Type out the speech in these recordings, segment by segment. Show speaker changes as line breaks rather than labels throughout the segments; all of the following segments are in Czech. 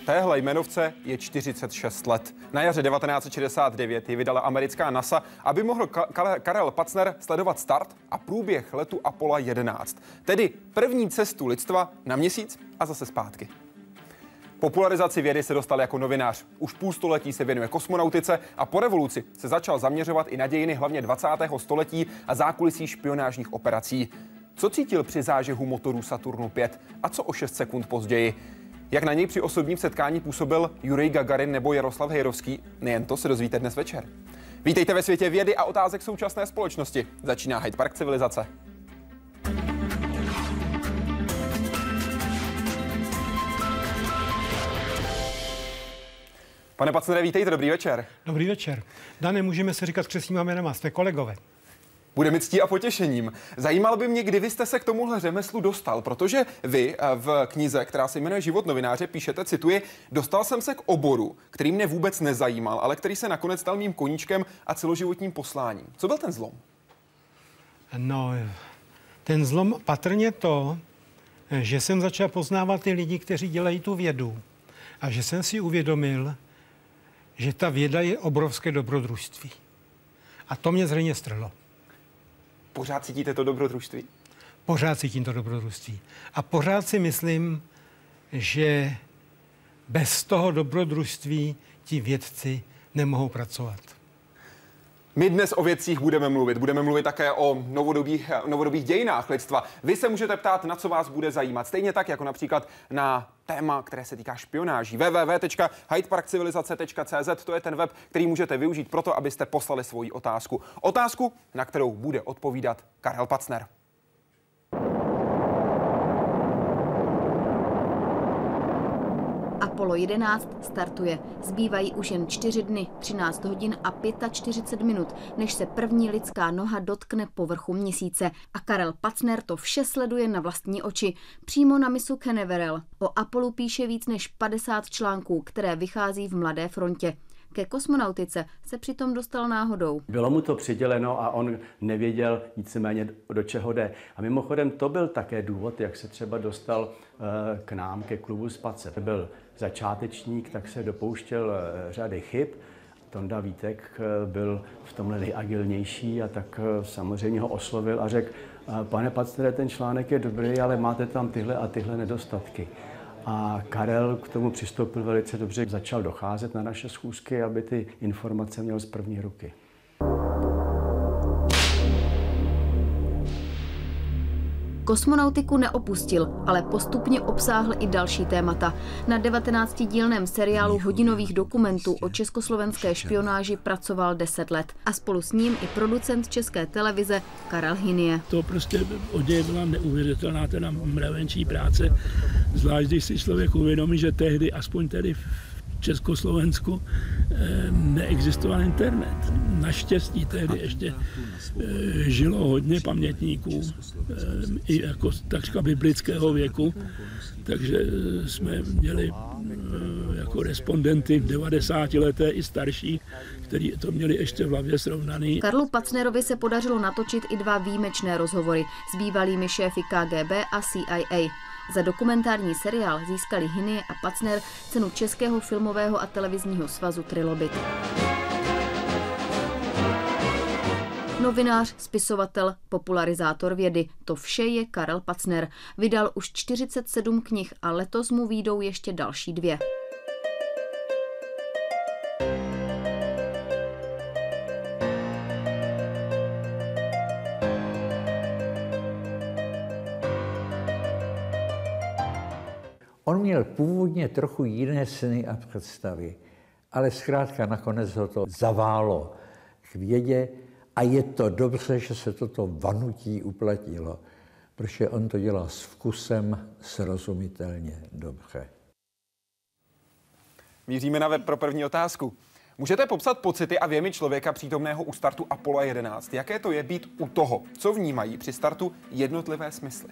Téhle jmenovce je 46 let. Na jaře 1969 ji vydala americká NASA, aby mohl Karel Pacner sledovat start a průběh letu Apollo 11. Tedy první cestu lidstva na Měsíc a zase zpátky. Popularizaci vědy se dostal jako novinář. Už půl století se věnuje kosmonautice a po revoluci se začal zaměřovat i na dějiny hlavně 20. století a zákulisí špionážních operací. Co cítil při zážehu motorů Saturnu 5 a co o 6 sekund později? Jak na něj při osobním setkání působil Jurij Gagarin nebo Jaroslav Hejrovský? Nejen to se dozvíte dnes večer. Vítejte ve světě vědy a otázek současné společnosti. Začíná Hyde Park civilizace. Pane Pacnere, vítejte, dobrý večer.
Dobrý večer. Dane, můžeme se říkat křestníma jménama, jsme kolegové.
Bude mi ctí a potěšením. Zajímalo by mě, kdy vy jste se k tomuhle řemeslu dostal, protože vy v knize, která se jmenuje Život novináře, píšete, cituji, dostal jsem se k oboru, který mě vůbec nezajímal, ale který se nakonec stal mým koníčkem a celoživotním posláním. Co byl ten zlom?
No, ten zlom patrně to, že jsem začal poznávat ty lidi, kteří dělají tu vědu a že jsem si uvědomil, že ta věda je obrovské dobrodružství. A to mě zřejmě strhlo.
Pořád cítíte to dobrodružství?
Pořád cítím to dobrodružství. A pořád si myslím, že bez toho dobrodružství ti vědci nemohou pracovat.
My dnes o vědcích budeme mluvit. Budeme mluvit také o novodobých dějinách lidstva. Vy se můžete ptát, na co vás bude zajímat. Stejně tak, jako například na téma, které se týká špionáží. www.hydeparkcivilizace.cz, to je ten web, který můžete využít proto, abyste poslali svoji otázku. Otázku, na kterou bude odpovídat Karel Pacner.
Apollo 11 startuje. Zbývají už jen 4 dny, 13 hodin a 45 minut, než se první lidská noha dotkne povrchu Měsíce. A Karel Pacner to vše sleduje na vlastní oči, přímo na mysu Canaveral. O Apollu píše víc než 50 článků, které vychází v Mladé frontě. Ke kosmonautice se přitom dostal náhodou.
Bylo mu to přiděleno a on nevěděl víceméně, do čeho jde. A mimochodem to byl také důvod, jak se třeba dostal k nám, ke klubu Space. Byl začátečník, tak se dopouštěl řady chyb. Tonda Vítek byl v tomhle nejagilnější a tak samozřejmě ho oslovil a řekl, pane Pacnere, ten článek je dobrý, ale máte tam tyhle a tyhle nedostatky. A Karel k tomu přistoupil velice dobře, začal docházet na naše schůzky, aby ty informace měl z první ruky.
Kosmonautiku neopustil, ale postupně obsáhl i další témata. Na 19dílném seriálu hodinových dokumentů o československé špionáži pracoval 10 let. A spolu s ním i producent České televize Karel Hynie.
To prostě od něj byla neuvěřitelná teda mravenčí práce, zvlášť když si člověk uvědomí, že tehdy, aspoň tedy v Československu, neexistoval internet. Naštěstí tehdy ještě žilo hodně pamětníků, i jako takřka biblického věku, takže jsme měli jako respondenty 90leté i starší, kteří to měli ještě v hlavě srovnaný.
Karlu Pacnerovi se podařilo natočit i 2 výjimečné rozhovory s bývalými šéfy KGB a CIA. Za dokumentární seriál získali Hynie a Pacner cenu Českého filmového a televizního svazu Trilobit. Novinář, spisovatel, popularizátor vědy. To vše je Karel Pacner. Vydal už 47 knih a letos mu vyjdou ještě další 2.
On měl původně trochu jiné sny a představy, ale zkrátka nakonec ho to zaválo k vědě a je to dobře, že se toto vanutí uplatnilo, protože on to dělá s vkusem, srozumitelně dobře.
Míříme na web pro první otázku. Můžete popsat pocity a věmy člověka přítomného u startu Apollo 11? Jaké to je být u toho? Co vnímají při startu jednotlivé smysly?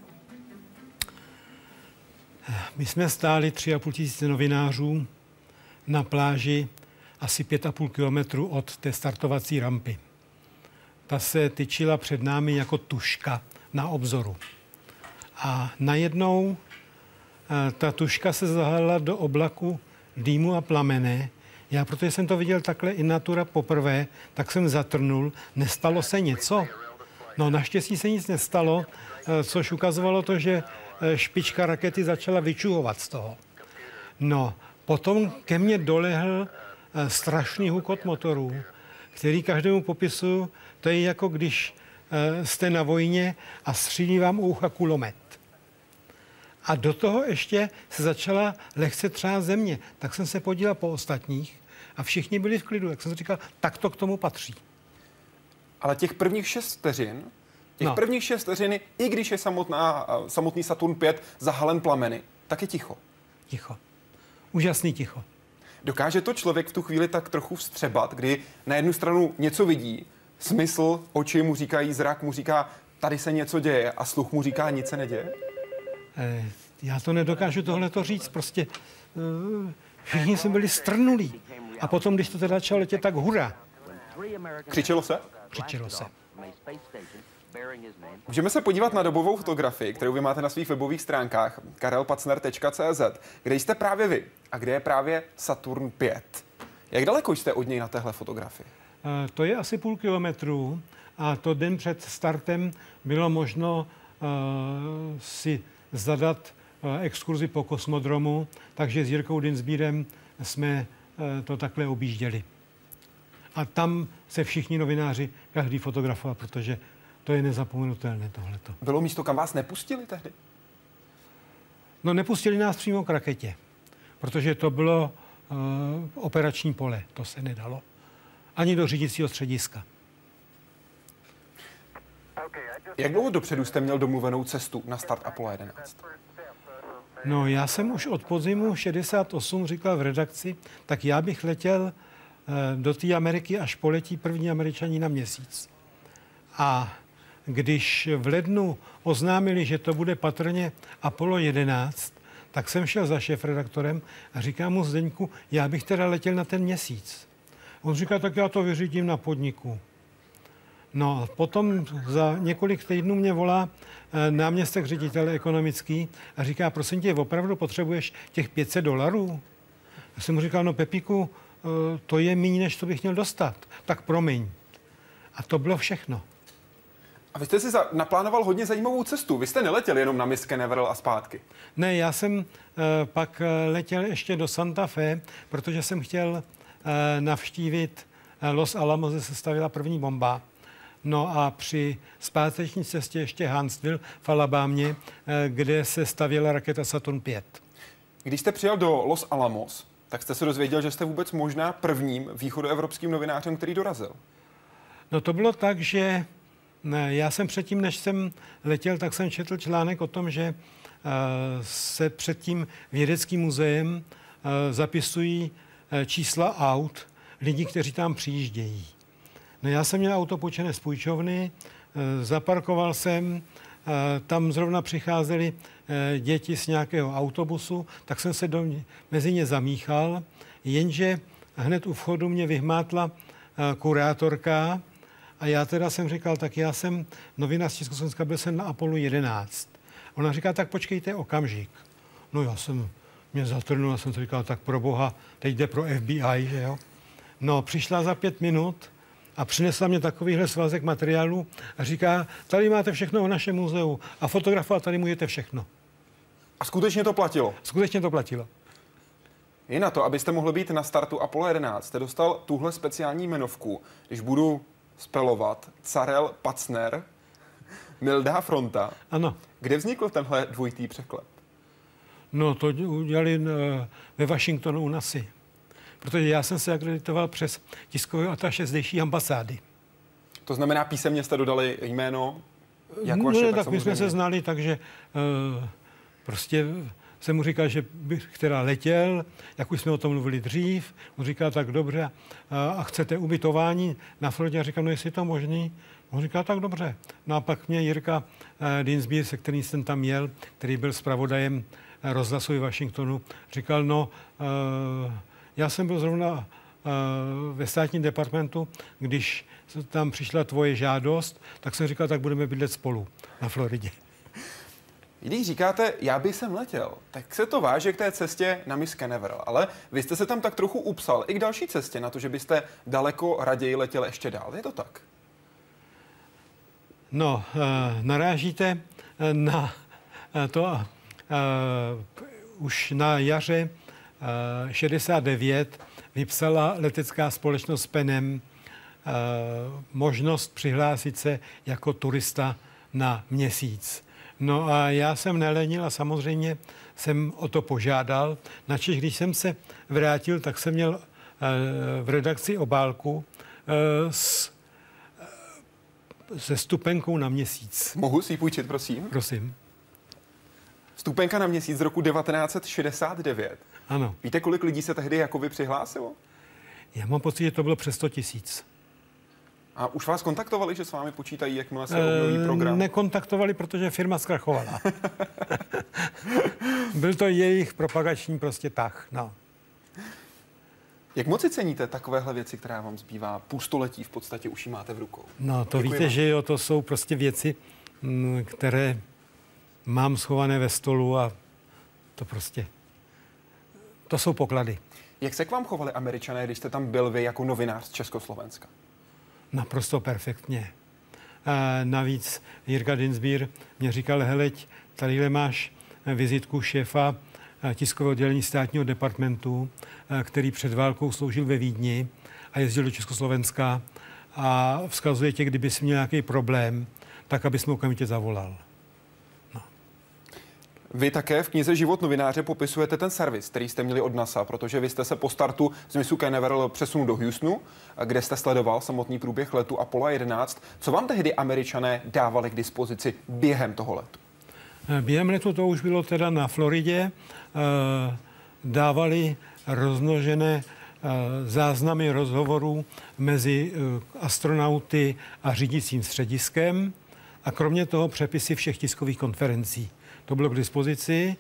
My jsme stáli 3,5 tisíce novinářů na pláži asi 5,5 kilometru od té startovací rampy. Ta se tyčila před námi jako tužka na obzoru. A najednou ta tužka se zahalila do oblaku dýmu a plamene. Já, protože jsem to viděl takhle in natura poprvé, tak jsem zatrnul, nestalo se něco. No naštěstí se nic nestalo, což ukazovalo to, že špička rakety začala vyčuhovat z toho. No, potom ke mně dolehl strašný hukot motorů, který každému popisuju, to je jako když jste na vojně a střílí vám u ucha kulomet. A do toho ještě se začala lehce třást země. Tak jsem se podíval po ostatních a všichni byli v klidu. Jak jsem si říkal, tak to k tomu patří.
Ale těch prvních 6 vteřin, prvních 6 vteřin, i když je samotný Saturn 5 zahalen plameny, tak je ticho.
Ticho. Úžasný ticho.
Dokáže to člověk v tu chvíli tak trochu vstřebat, kdy na jednu stranu něco vidí, smysl, oči mu říkají, zrak mu říká, tady se něco děje a sluch mu říká, nic se neděje?
Já to nedokážu tohleto říct, prostě všichni jsme byli strnulí. A potom, když to teda začalo letět, tak hurá.
Křičelo se?
Křičelo se.
Můžeme se podívat na dobovou fotografii, kterou vy máte na svých webových stránkách karelpacner.cz, kde jste právě vy a kde je právě Saturn 5. Jak daleko jste od něj na téhle fotografii?
To je asi půl kilometru a to den před startem bylo možno si zadat exkurzi po kosmodromu, takže s Jirkou Dinsbírem jsme to takhle objížděli. A tam se všichni novináři, každý fotografoval, protože to je nezapomenutelné tohleto.
Bylo místo, kam vás nepustili tehdy?
No nepustili nás přímo k raketě, protože to bylo operační pole, to se nedalo. Ani do řídícího střediska.
Jak dlouho dopředu jste měl domluvenou cestu na start Apollo 11?
No já jsem už od podzimu 68 říkal v redakci, tak já bych letěl do té Ameriky, až poletí první Američani na Měsíc. A když v lednu oznámili, že to bude patrně Apollo 11, tak jsem šel za šéfredaktorem a říkám mu: Zdeňku, já bych teda letěl na ten Měsíc. On říká: tak já to vyřídím na podniku. No, potom za několik týdnů mě volá náměstek ředitele ekonomický a říká: prosím tě, opravdu potřebuješ těch $500? Já jsem mu říkal: no Pepíku, to je méně, než to bych měl dostat. Tak promiň. A to bylo všechno.
A vy jste si naplánoval hodně zajímavou cestu. Vy jste neletěl jenom na Miss Canaveral a zpátky.
Ne, já jsem pak letěl ještě do Santa Fe, protože jsem chtěl navštívit Los Alamos, kde se stavila první bomba. No a při zpáteční cestě ještě Huntsville v Alabamě, kde se stavěla raketa Saturn 5.
Když jste přijel do Los Alamos, tak jste se dozvěděl, že jste vůbec možná prvním východoevropským novinářem, který dorazil.
No to bylo tak, že já jsem předtím, než jsem letěl, tak jsem četl článek o tom, že se před tím vědeckým muzeem zapisují čísla aut lidí, kteří tam přijíždějí. No já jsem měl auto půjčené z půjčovny, zaparkoval jsem, tam zrovna přicházeli děti z nějakého autobusu, tak jsem se mezi ně zamíchal, jenže hned u vchodu mě vyhmátla kurátorka a já teda jsem říkal: tak já jsem novinář z Československa, byl jsem na Apollo 11. Ona říká: tak počkejte okamžik. No já jsem mě zatrnul a jsem si říkal: tak pro boha, teď jde pro FBI, že jo. No přišla za 5 minut a přinesla mě takovýhle svazek materiálu a říká: tady máte všechno o našem muzeu a fotografovat tady můžete všechno.
A skutečně to platilo?
Skutečně to platilo.
Je na to, abyste mohl být na startu Apollo 11, jste dostal tuhle speciální jmenovku, když budu spelovat: Karel Pacner, Milda Fronta.
Ano.
Kde vznikl tenhle dvojitý překlep?
No to udělali ve Washingtonu u NASA. Protože já jsem se akreditoval přes tiskového ataše zdejší ambasády.
To znamená, písemně jste dodali jméno jako vaše?
No, tak my jsme se znali, takže prostě jsem mu říkal, že bych teda letěl, jak už jsme o tom mluvili dřív. On říká: tak dobře, a chcete ubytování na Floridě? A říkám: no jestli je to možný. On říká: tak dobře. No a pak mě Jirka Dinsbír, se kterým jsem tam jel, který byl zpravodajem rozhlasu v Washingtonu, říkal: no, já jsem byl zrovna ve státním departmentu, když tam přišla tvoje žádost, tak jsem říkal: tak budeme bydlet spolu na Floridě.
Když říkáte, já bych sem letěl, tak se to váže k té cestě na Miss Canaveral, ale vy jste se tam tak trochu upsal i k další cestě na to, že byste daleko raději letěl ještě dál. Je to tak?
No, narážíte na to, už na jaře 69 vypsala letecká společnost Penem možnost přihlásit se jako turista na měsíc. No a já jsem nelenil a samozřejmě jsem o to požádal. Načež, když jsem se vrátil, tak jsem měl v redakci obálku se vstupenkou na měsíc.
Mohu si ji půjčit, prosím?
Prosím.
Vstupenka na měsíc z roku 1969.
Ano.
Víte, kolik lidí se tehdy jako vy přihlásilo?
Já mám pocit, že to bylo přes 100 000.
A už vás kontaktovali, že s vámi počítají, jakmile se obnoví program?
Nekontaktovali, protože firma zkrachovala. Byl to jejich propagační prostě tah. No.
Jak moc si ceníte takovéhle věci, která vám zbývá půlstoletí, v podstatě už ji máte v rukou?
No, to
Děkuji
víte,
vám.
že jo, to jsou prostě věci, které mám schované ve stolu a to prostě, to jsou poklady.
Jak se k vám chovali Američané, když jste tam byl vy jako novinář z Československa?
Naprosto perfektně. A navíc Jirka Dinsbír mě říkal, heleď, tadyhle máš vizitku šéfa tiskového oddělení státního departmentu, který před válkou sloužil ve Vídni a jezdil do Československa a vzkazuje tě, kdyby jsi měl nějaký problém, tak abys mu okamžitě zavolal. No.
Vy také v knize Život novináře popisujete ten servis, který jste měli od NASA, protože vy jste se po startu z Missu Canaveral přesunul do Houstonu, kde jste sledoval samotný průběh letu Apollo 11. Co vám tehdy Američané dávali k dispozici během toho letu?
Během letu to už bylo teda na Floridě. Dávali rozmnožené záznamy rozhovorů mezi astronauty a řídícím střediskem a kromě toho přepisy všech tiskových konferencí. To bylo k dispozici.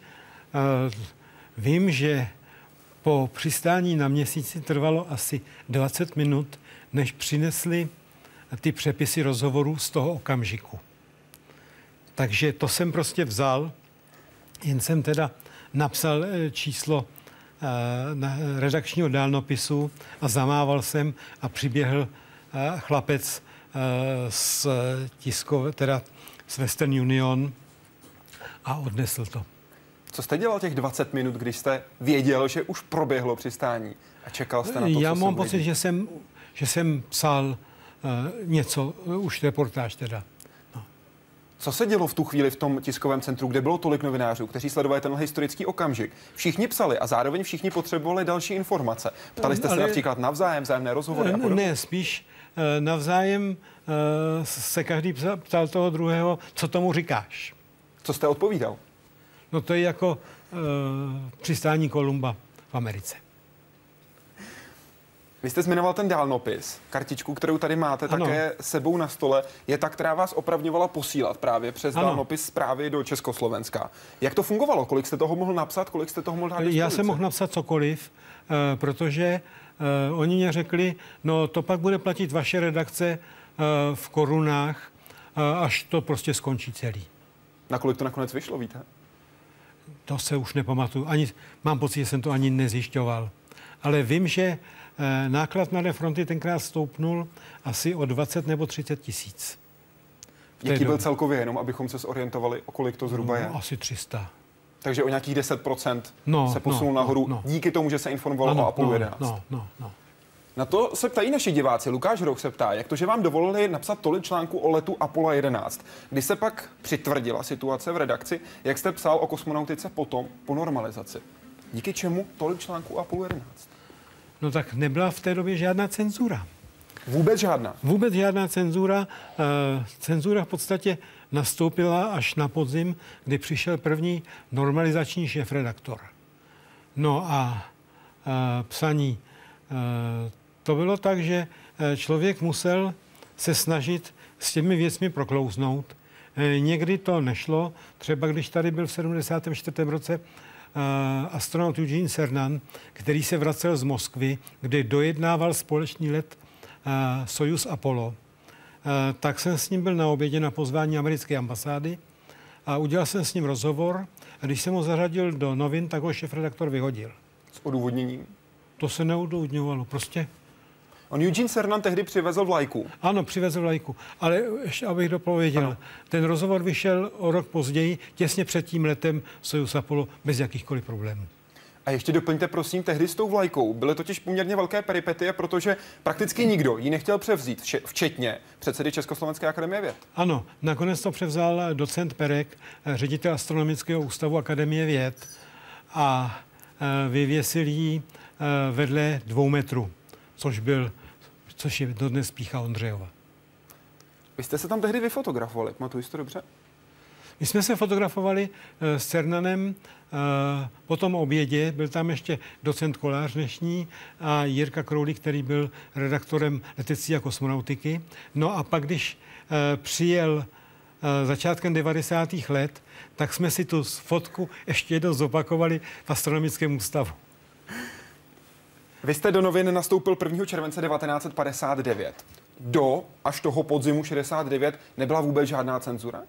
Vím, že po přistání na měsíci trvalo asi 20 minut, než přinesli ty přepisy rozhovorů z toho okamžiku. Takže to jsem prostě vzal, jen jsem teda napsal číslo redakčního dálnopisu a zamával jsem a přiběhl chlapec z Western Union a odnesl to.
Co jste dělal těch 20 minut, když jste věděl, že už proběhlo přistání a čekal jste na to,
Já
co
mám
se
pocit, že jsem psal něco, už reportáž teda. No.
Co se dělo v tu chvíli v tom tiskovém centru, kde bylo tolik novinářů, kteří sledovali tenhle historický okamžik? Všichni psali a zároveň všichni potřebovali další informace. Ptali jste se například navzájem, vzájemné rozhovory a podobně?
Ne, spíš navzájem se každý ptal toho druhého, co tomu říkáš.
Co jste odpovídal?
No to je jako přistání Kolumba v Americe.
Vy jste zmiňoval ten dálnopis. Kartičku, kterou tady máte také sebou na stole, je ta, která vás opravňovala posílat právě přes dálnopis zprávy do Československa. Jak to fungovalo? Kolik jste toho mohl napsat? Kolik jste toho mohl dát?
Já jsem mohl napsat cokoliv, protože oni mě řekli, no to pak bude platit vaše redakce v korunách, až to prostě skončí celý.
Na kolik to nakonec vyšlo, víte?
To se už nepamatuju. Mám pocit, že jsem to ani nezjišťoval. Ale vím, že náklad Mladé fronty tenkrát stoupnul asi o 20 nebo 30 tisíc.
Jaký byl celkově, jenom abychom se zorientovali, o kolik to zhruba je?
Asi 300.
Takže o nějakých 10% se posunul nahoru díky tomu, že se informovalo o Apollo 11. Na to se ptají naši diváci. Lukáš Roch se ptá, jak to, že vám dovolili napsat tolik článků o letu Apollo 11. Když se pak přitvrdila situace v redakci, jak jste psal o kosmonautice potom po normalizaci? Díky čemu tolik článků o Apollo 11?
No tak nebyla v té době žádná cenzura.
Vůbec žádná?
Vůbec žádná cenzura. Cenzura v podstatě nastoupila až na podzim, kdy přišel první normalizační šéfredaktor. No a psaní. To bylo tak, že člověk musel se snažit s těmi věcmi proklouznout. Někdy to nešlo. Třeba když tady byl v 74. roce astronaut Eugene Cernan, který se vracel z Moskvy, kde dojednával společný let Sojuz Apollo, tak jsem s ním byl na obědě na pozvání americké ambasády a udělal jsem s ním rozhovor a když jsem ho zařadil do novin, tak ho šéfredaktor vyhodil.
S odůvodněním?
To se neodůvodňovalo, prostě.
On Eugene Cernan tehdy přivezl vlajku.
Ano, přivezl vlajku, ale ještě abych dopověděl, ten rozhovor vyšel o rok později, těsně před tím letem Sojuz Apollo, bez jakýchkoliv problémů.
A ještě doplňte, prosím, tehdy s tou vlajkou. Byly totiž poměrně velké peripetie, protože prakticky nikdo ji nechtěl převzít, včetně předsedy Československé akademie věd.
Ano, nakonec to převzal docent Perek, ředitel Astronomického ústavu Akademie věd a vyvěsil ji vedle 2 metrů, což je dodnes pýcha Ondřejova.
Vy jste se tam tehdy vyfotografovali, pamatuji si to dobře?
My jsme se fotografovali s Cernanem po tom obědě, byl tam ještě docent Kolář dnešní a Jirka Kroulík, který byl redaktorem letectví a kosmonautiky. No a pak, když přijel začátkem 90. let, tak jsme si tu fotku ještě jednou zopakovali v Astronomickém ústavu.
Vy jste do novin nastoupil 1. července 1959. Do až toho podzimu 69 nebyla vůbec žádná cenzura?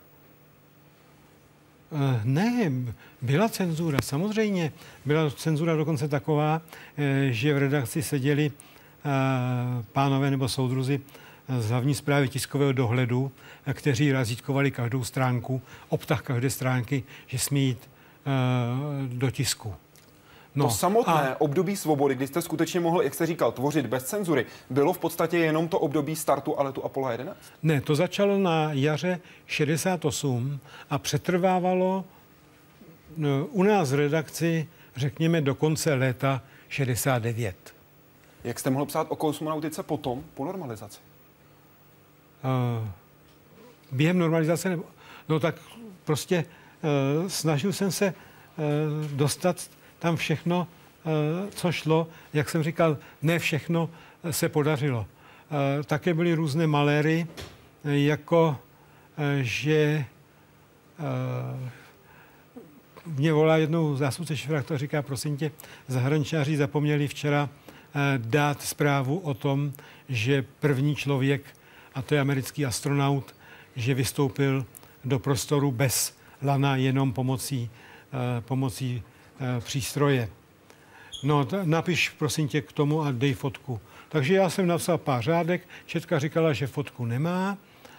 Ne, byla cenzura, samozřejmě. Byla cenzura dokonce taková, že v redakci seděli pánové nebo soudruzi z hlavní správy tiskového dohledu, kteří razítkovali každou stránku, obsah každé stránky, že smí jít do tisku.
No, to samotné období svobody, kdy jste skutečně mohl, jak jste říkal, tvořit bez cenzury, bylo v podstatě jenom to období startu a letu Apollo 11?
Ne, to začalo na jaře 68 a přetrvávalo u nás v redakci, řekněme, do konce léta 69.
Jak jste mohl psát o kosmonautice potom, po normalizaci?
Během normalizace, no tak prostě snažil jsem se dostat tam všechno, co šlo. Jak jsem říkal, ne všechno se podařilo. Také byly různé maléry, jako že mě volá jednou zástupce šéfredaktora, říká, prosím tě, zahraničáři zapomněli včera dát zprávu o tom, že první člověk, a to je americký astronaut, že vystoupil do prostoru bez lana, jenom pomocí přístroje. No, napiš, prosím tě, k tomu a dej fotku. Takže já jsem napsal pár řádek, Četka říkala, že fotku nemá,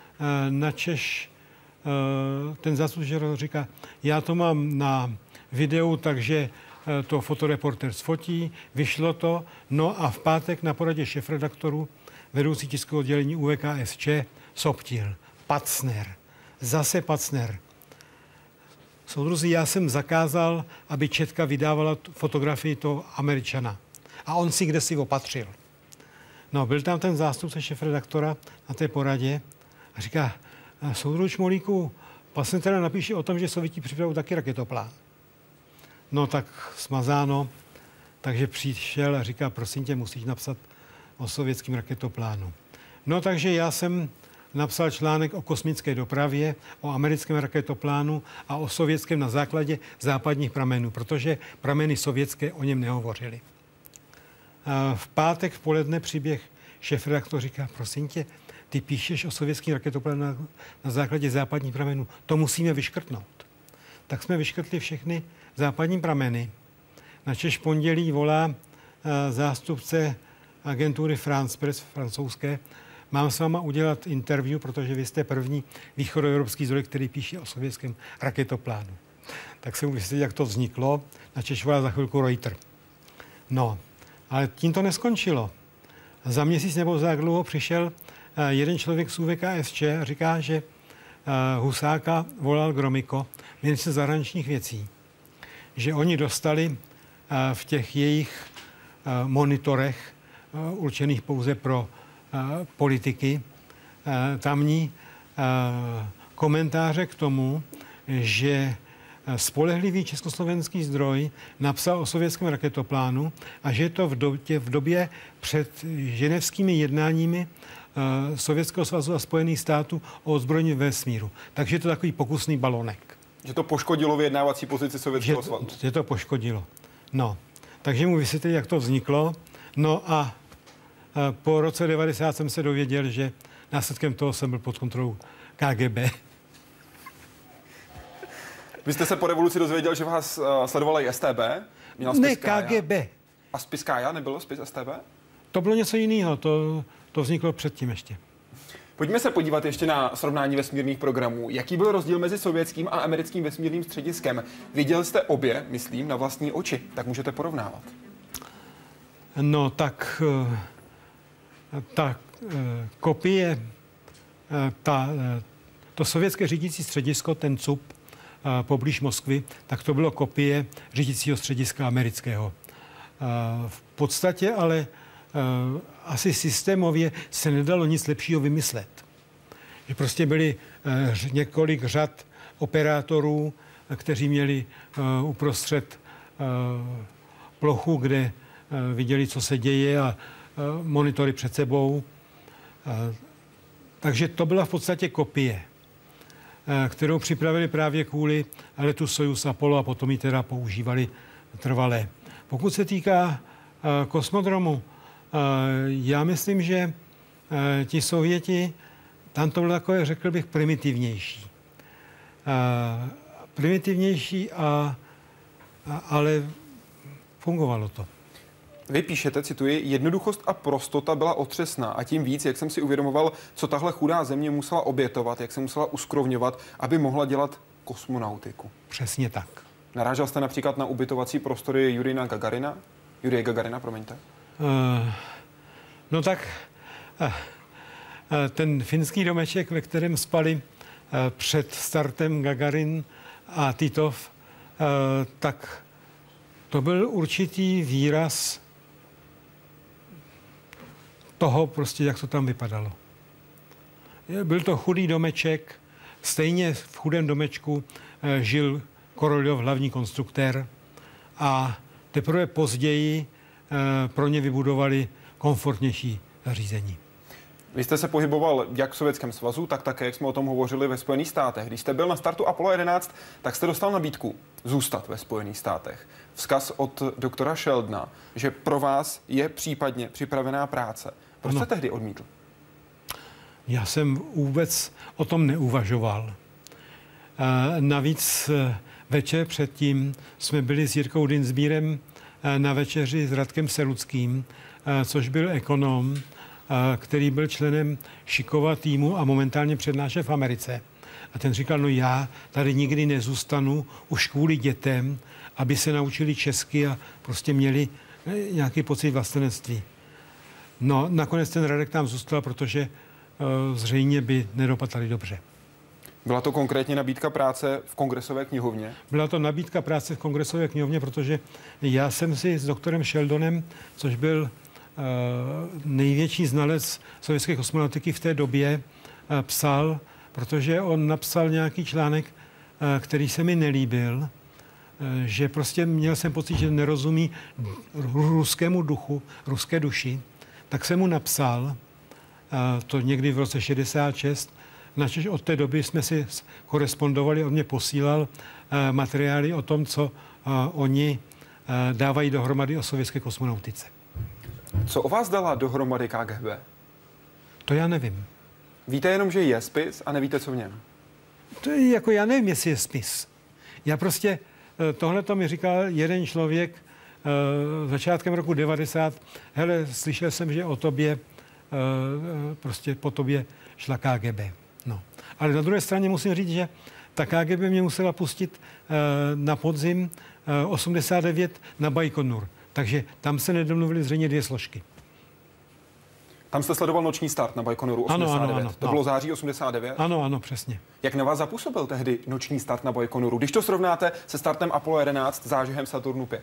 načež ten zástupce říká, já to mám na videu, takže to fotoreporter sfotí, vyšlo to, no a v pátek na poradě šéfredaktorů vedoucí tiskového oddělení UVKSČ Sobtil, Pacner, zase Pacner. Soudruzi, já jsem zakázal, aby Četka vydávala fotografii toho Američana. A on si kdesi opatřil. No, byl tam ten zástupce šéfredaktora na té poradě a říká, soudruž Molíku, Pacner teda napíše o tom, že Sověti připravují taky raketoplán. No, tak smazáno. Takže přišel a říká, prosím tě, musíš napsat o sovětském raketoplánu. No, takže já jsem napsal článek o kosmické dopravě, o americkém raketoplánu a o sovětském na základě západních pramenů, protože prameny sovětské o něm nehovořily. V pátek v poledne přiběh šéfredaktor, říká, prosím tě, ty píšeš o sovětském raketoplánu na základě západních pramenů, to musíme vyškrtnout. Tak jsme vyškrtli všechny západní prameny. Načež pondělí volá zástupce agentury France Press francouzské, mám s váma udělat interview, protože vy jste první východoevropský zdroj, který píše o sovětském raketoplánu. Tak se mu vysvětlit, jak to vzniklo, načež volá za chvilku Reuters. No, ale tím to neskončilo. Za měsíc nebo za dlouho přišel jeden člověk z UVKSČ a říká, že Husáka volal Gromyko, ministr zahraničních věcí, že oni dostali v těch jejich monitorech určených pouze pro politiky tamní komentáře k tomu, že spolehlivý československý zdroj napsal o sovětském raketoplánu a že je to v době před ženevskými jednáními Sovětského svazu a Spojených států o ozbrojení vesmíru. Takže je to takový pokusný balonek.
Že to poškodilo vyjednávací pozici Sovětského svazu.
Že to poškodilo. No, takže mu vysvětlili, jak to vzniklo. No a po roce 90 jsem se dověděl, že následkem toho jsem byl pod kontrolou KGB.
Vy jste se po revoluci dozvěděl, že vás sledovala i STB?
Ne, KGB.
A spis Kája nebylo spis STB?
To bylo něco jiného, to vzniklo předtím ještě.
Pojďme se podívat ještě na srovnání vesmírných programů. Jaký byl rozdíl mezi sovětským a americkým vesmírným střediskem? Viděl jste obě, myslím, na vlastní oči, tak můžete porovnávat.
No tak ta kopie, to sovětské řídící středisko, ten CUP, poblíž Moskvy, tak to bylo kopie řídícího střediska amerického. V podstatě ale asi systémově se nedalo nic lepšího vymyslet. Že prostě byly několik řad operátorů, kteří měli uprostřed plochu, kde viděli, co se děje, a monitory před sebou. Takže to byla v podstatě kopie, kterou připravili právě kvůli letu Sojuz Apollo a potom ji teda používali trvalé. Pokud se týká kosmodromu, já myslím, že ti Sověti, tam to bylo takové, řekl bych, primitivnější. Ale fungovalo to.
Vy píšete, cituji, jednoduchost a prostota byla otřesná a tím víc, jak jsem si uvědomoval, co tahle chudá země musela obětovat, jak se musela uskrovňovat, aby mohla dělat kosmonautiku.
Přesně tak.
Narážel jste například na ubytovací prostory Jurije Gagarina, promiňte.
No tak ten finský domeček, ve kterém spali před startem Gagarin a Titov, tak to byl určitý výraz toho, prostě, jak to tam vypadalo. Byl to chudý domeček, stejně v chudém domečku žil Koroljov, hlavní konstruktér, a teprve později pro ně vybudovali komfortnější zařízení.
Vy jste se pohyboval jak v Sovětském svazu, tak také, jak jsme o tom hovořili, ve Spojených státech. Když jste byl na startu Apollo 11, tak jste dostal nabídku zůstat ve Spojených státech. Vzkaz od doktora Sheldona, že pro vás je případně připravená práce. Proč jste tehdy odmítl?
Já jsem vůbec o tom neuvažoval. Navíc večer předtím jsme byli s Jirkou Dinsbírem na večeři s Radkem Seruckým, což byl ekonom, který byl členem Šikova týmu a momentálně přednášel v Americe. A ten říkal, no já tady nikdy nezůstanu už kvůli dětem, aby se naučili česky a prostě měli nějaký pocit vlastenectví. No, nakonec ten Radek tam zůstal, protože zřejmě by nedopadali dobře.
Byla to konkrétně nabídka práce v Kongresové knihovně?
Byla to nabídka práce v Kongresové knihovně, protože já jsem si s doktorem Sheldonem, což byl největší znalec sovětské kosmonautiky v té době, psal, protože on napsal nějaký článek, který se mi nelíbil, že prostě měl jsem pocit, že nerozumí ruskému duchu, ruské duši, tak jsem mu napsal, to někdy v roce 66, načež od té doby jsme si korespondovali, on mě posílal materiály o tom, co oni dávají dohromady o sovětské kosmonautice.
Co o vás dala dohromady KGB?
To já nevím.
Víte jenom, že je spis a nevíte, co v něm?
To je jako, já nevím, jestli je spis. Já prostě, tohle to mi říkal jeden člověk začátkem roku 90. Hele, slyšel jsem, že o tobě, prostě po tobě šla KGB. No. Ale na druhé straně musím říct, že ta KGB mě musela pustit na podzim 89 na Bajkonur. Takže tam se nedomluvily zřejmě dvě složky.
Tam jste sledoval noční start na Bajkonuru 89.
Ano,
to bylo září 89?
Ano, přesně.
Jak na vás zapůsobil tehdy noční start na Bajkonuru, když to srovnáte se startem Apollo 11 zážehem Saturnu 5?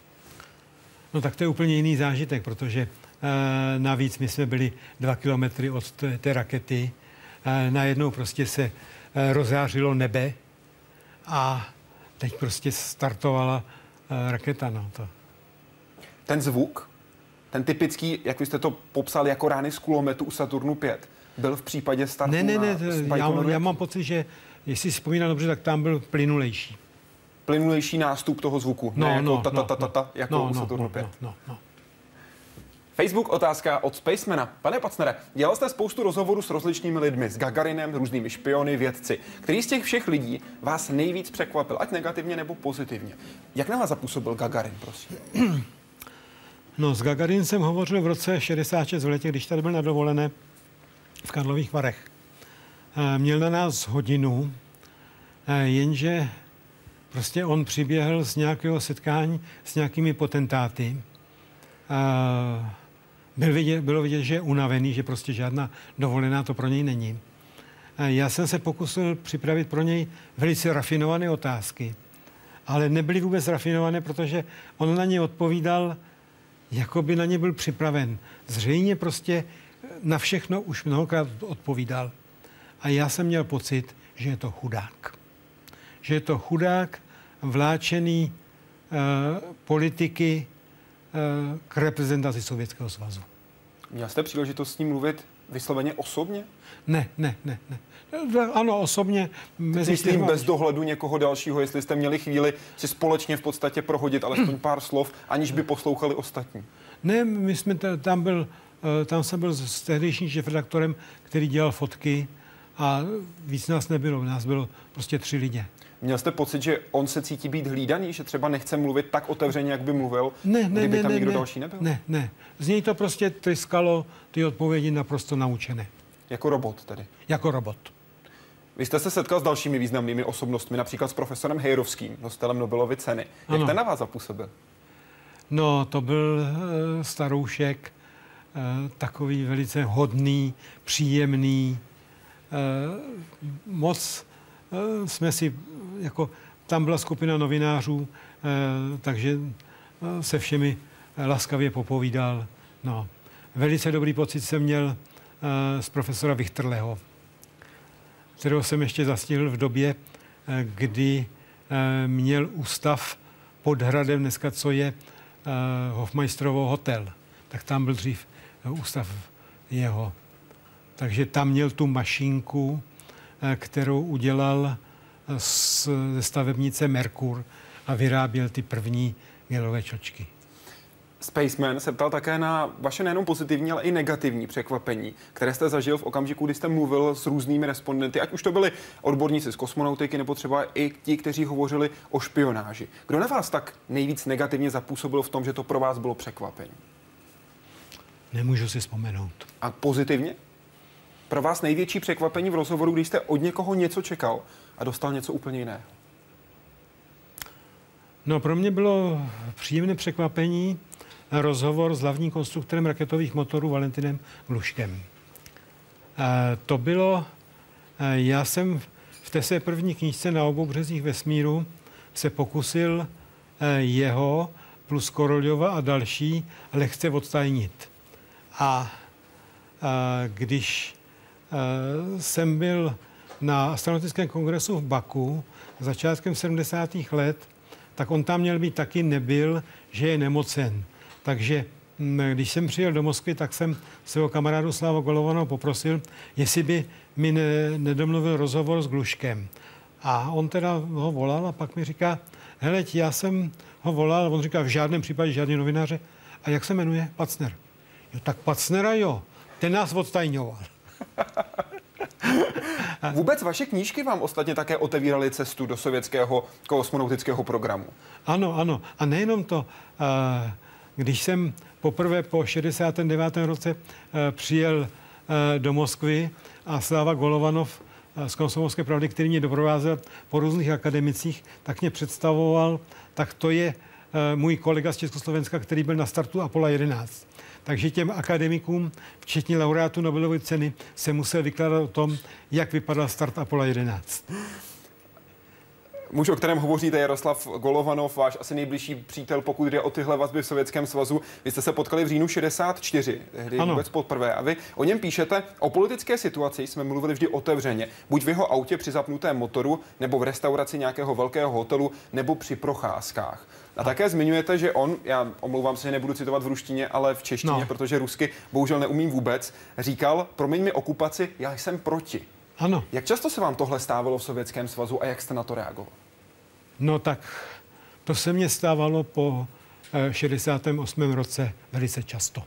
No tak to je úplně jiný zážitek, protože navíc my jsme byli 2 kilometry od té rakety. Najednou prostě se rozjářilo nebe a teď prostě startovala raketa. No, to.
Ten zvuk, ten typický, jak vy jste to popsal jako rány z kulometu u Saturnu 5, byl v případě startu
já mám pocit, že jestli si vzpomínám dobře, tak tam byl plynulejší.
Plynulejší nástup toho zvuku, jako u Saturnu 5. Facebook otázka od Spacemana. Pane Pacnere, dělal jste spoustu rozhovorů s rozličnými lidmi, s Gagarinem, různými špiony, vědci. Který z těch všech lidí vás nejvíc překvapil, ať negativně nebo pozitivně? Jak na vás zapůsobil Gagarin, prosím?
No, s Gagarinem jsem hovořil v roce 66 v letě, když tady byl na dovolené v Karlových Varech. Měl na nás hodinu, jenže prostě on přiběhl z nějakého setkání s nějakými potentáty. Bylo vidět, že je unavený, že prostě žádná dovolená to pro něj není. Já jsem se pokusil připravit pro něj velice rafinované otázky, ale nebyly vůbec rafinované, protože on na ně odpovídal, jako by na ně byl připraven. Zřejmě prostě na všechno už mnohokrát odpovídal. A já jsem měl pocit, že je to chudák. Že je to chudák vláčený politiky k reprezentaci Sovětského svazu.
Měl jste příležitost s ním mluvit vysloveně osobně?
Ne. Ano, osobně.
Myslím bez dohledu někoho dalšího, jestli jste měli chvíli si společně v podstatě prohodit alespoň pár slov, aniž by poslouchali ostatní.
Ne, my jsme tam jsem byl s tehdejším šéfredaktorem, který dělal fotky a víc nás nebylo, nás bylo prostě 3 lidi.
Měl jste pocit, že on se cítí být hlídaný, že třeba nechce mluvit tak otevřeně, jak by mluvil, kdyby tam nikdo další nebyl?
Ne. Z něj to prostě tryskalo, ty odpovědi naprosto naučené.
Jako robot tedy?
Jako robot.
Vy jste se setkal s dalšími významnými osobnostmi, například s profesorem Hejrovským, nositelem Nobelovy ceny. Jak ten na vás zapůsobil?
No, to byl staroušek, takový velice hodný, příjemný. Moc jsme si, jako tam byla skupina novinářů, takže se všemi laskavě popovídal. No, velice dobrý pocit jsem měl z profesora Vichterleho, kterého jsem ještě zastihl v době, kdy měl ústav pod hradem, dneska co je Hofmeisterovo hotel. Tak tam byl dřív ústav jeho. Takže tam měl tu mašínku, kterou udělal ze stavebnice Merkur a vyráběl ty první gelové čočky.
Spaceman se ptal také na vaše nejenom pozitivní, ale i negativní překvapení, které jste zažil v okamžiku, kdy jste mluvil s různými respondenty, ať už to byli odborníci z kosmonautiky, nebo třeba i ti, kteří hovořili o špionáži. Kdo na vás tak nejvíc negativně zapůsobil v tom, že to pro vás bylo překvapení?
Nemůžu si vzpomenout.
A pozitivně? Pro vás největší překvapení v rozhovoru, když jste od někoho něco čekal a dostal něco úplně jiného?
No, pro mě bylo příjemné překvapení rozhovor s hlavním konstruktorem raketových motorů Valentinem Gluškem. To bylo, já jsem v té své první knížce Na obou březích vesmíru se pokusil jeho plus Koroljova a další lehce odtajnit. A když jsem byl na astronautickém kongresu v Baku začátkem 70. let, tak on tam měl být taky, nebyl, že je nemocen. Takže když jsem přijel do Moskvy, tak jsem svého kamarádu Slava Golovanova poprosil, jestli by mi nedomluvil rozhovor s Gluškem. A on teda ho volal a pak mi říká, hele, já jsem ho volal, a on říká, v žádném případě žádný novináře. A jak se jmenuje? Pacner. Jo, tak Pacnera jo, ten nás odtajňoval.
Vůbec vaše knížky vám ostatně také otevíraly cestu do sovětského kosmonautického programu.
Ano. A nejenom to. Když jsem poprvé po 69. roce přijel do Moskvy a Slava Golovanov z Komsomolské pravdy, který mě doprovázel po různých akademicích, tak mě představoval, tak to je můj kolega z Československa, který byl na startu Apollo 11. Takže těm akademikům, včetně laureátů Nobelovy ceny, se musel vykládat o tom, jak vypadal start Apollo 11.
Muž, o kterém hovoříte, Jaroslav Golovanov, váš asi nejbližší přítel, pokud jde o tyhle vazby v Sovětském svazu. Vy jste se potkali v říjnu 64, tehdy vůbec poprvé. A vy o něm píšete, o politické situaci jsme mluvili vždy otevřeně. Buď v jeho autě při zapnutém motoru, nebo v restauraci nějakého velkého hotelu, nebo při procházkách. A také zmiňujete, že on, já omlouvám se, že nebudu citovat v ruštině, ale v češtině, protože rusky bohužel neumím vůbec, říkal, promiň mi okupaci, já jsem proti.
Ano.
Jak často se vám tohle stávalo v Sovětském svazu a jak jste na to reagoval?
No tak to se mně stávalo po 68. roce velice často.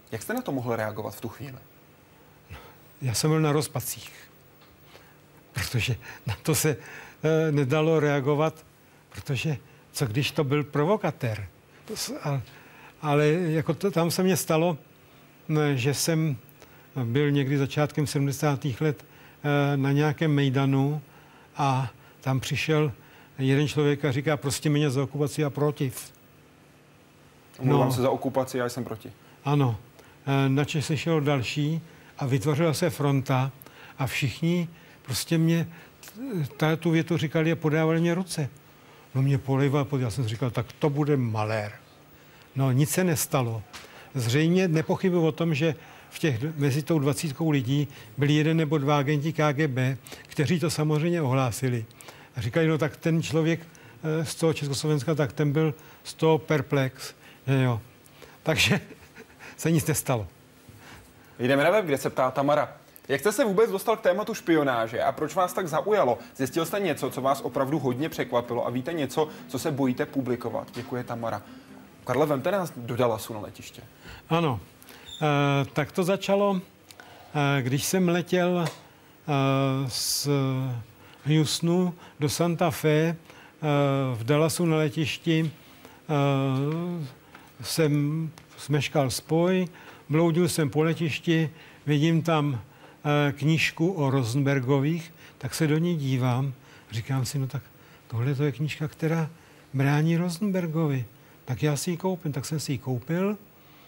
Jak jste na to mohl reagovat v tu chvíli?
Já jsem byl na rozpacích, protože na to se nedalo reagovat, protože co když to byl provokatér. Ale jako tam se mně stalo, že jsem byl někdy začátkem 70. let na nějakém mejdanu a tam přišel jeden člověk a říká, prostě mě za okupaci a protiv.
Omlouvám se za okupaci, já jsem proti.
Ano. Načež se šel další a vytvořila se fronta a všichni prostě mě tu větu říkali a podávali mě ruce. No mě polejval, já jsem si říkal, tak to bude malér. No nic se nestalo. Zřejmě nepochybuji o tom, že mezi tou 20 lidí byli 1 nebo 2 agenti KGB, kteří to samozřejmě ohlásili. A říkali, no tak ten člověk z toho Československa, tak ten byl z toho perplex. Jo. Takže se nic nestalo.
Jdeme na web, kde se ptá Tamara. Jak jste se vůbec dostal k tématu špionáže a proč vás tak zaujalo? Zjistil jste něco, co vás opravdu hodně překvapilo a víte něco, co se bojíte publikovat? Děkuje Tamara. Karle, vemte nás do Dallasu na letiště.
Ano. Tak to začalo, když jsem letěl z Houstonu do Santa Fe. V Dallasu na letišti jsem smeškal spoj, bloudil jsem po letišti, vidím tam knížku o Rosenbergových, tak se do ní dívám. Říkám si, no tak tohle to je knížka, která brání Rosenbergovi. Tak já si ji koupím, tak jsem si ji koupil.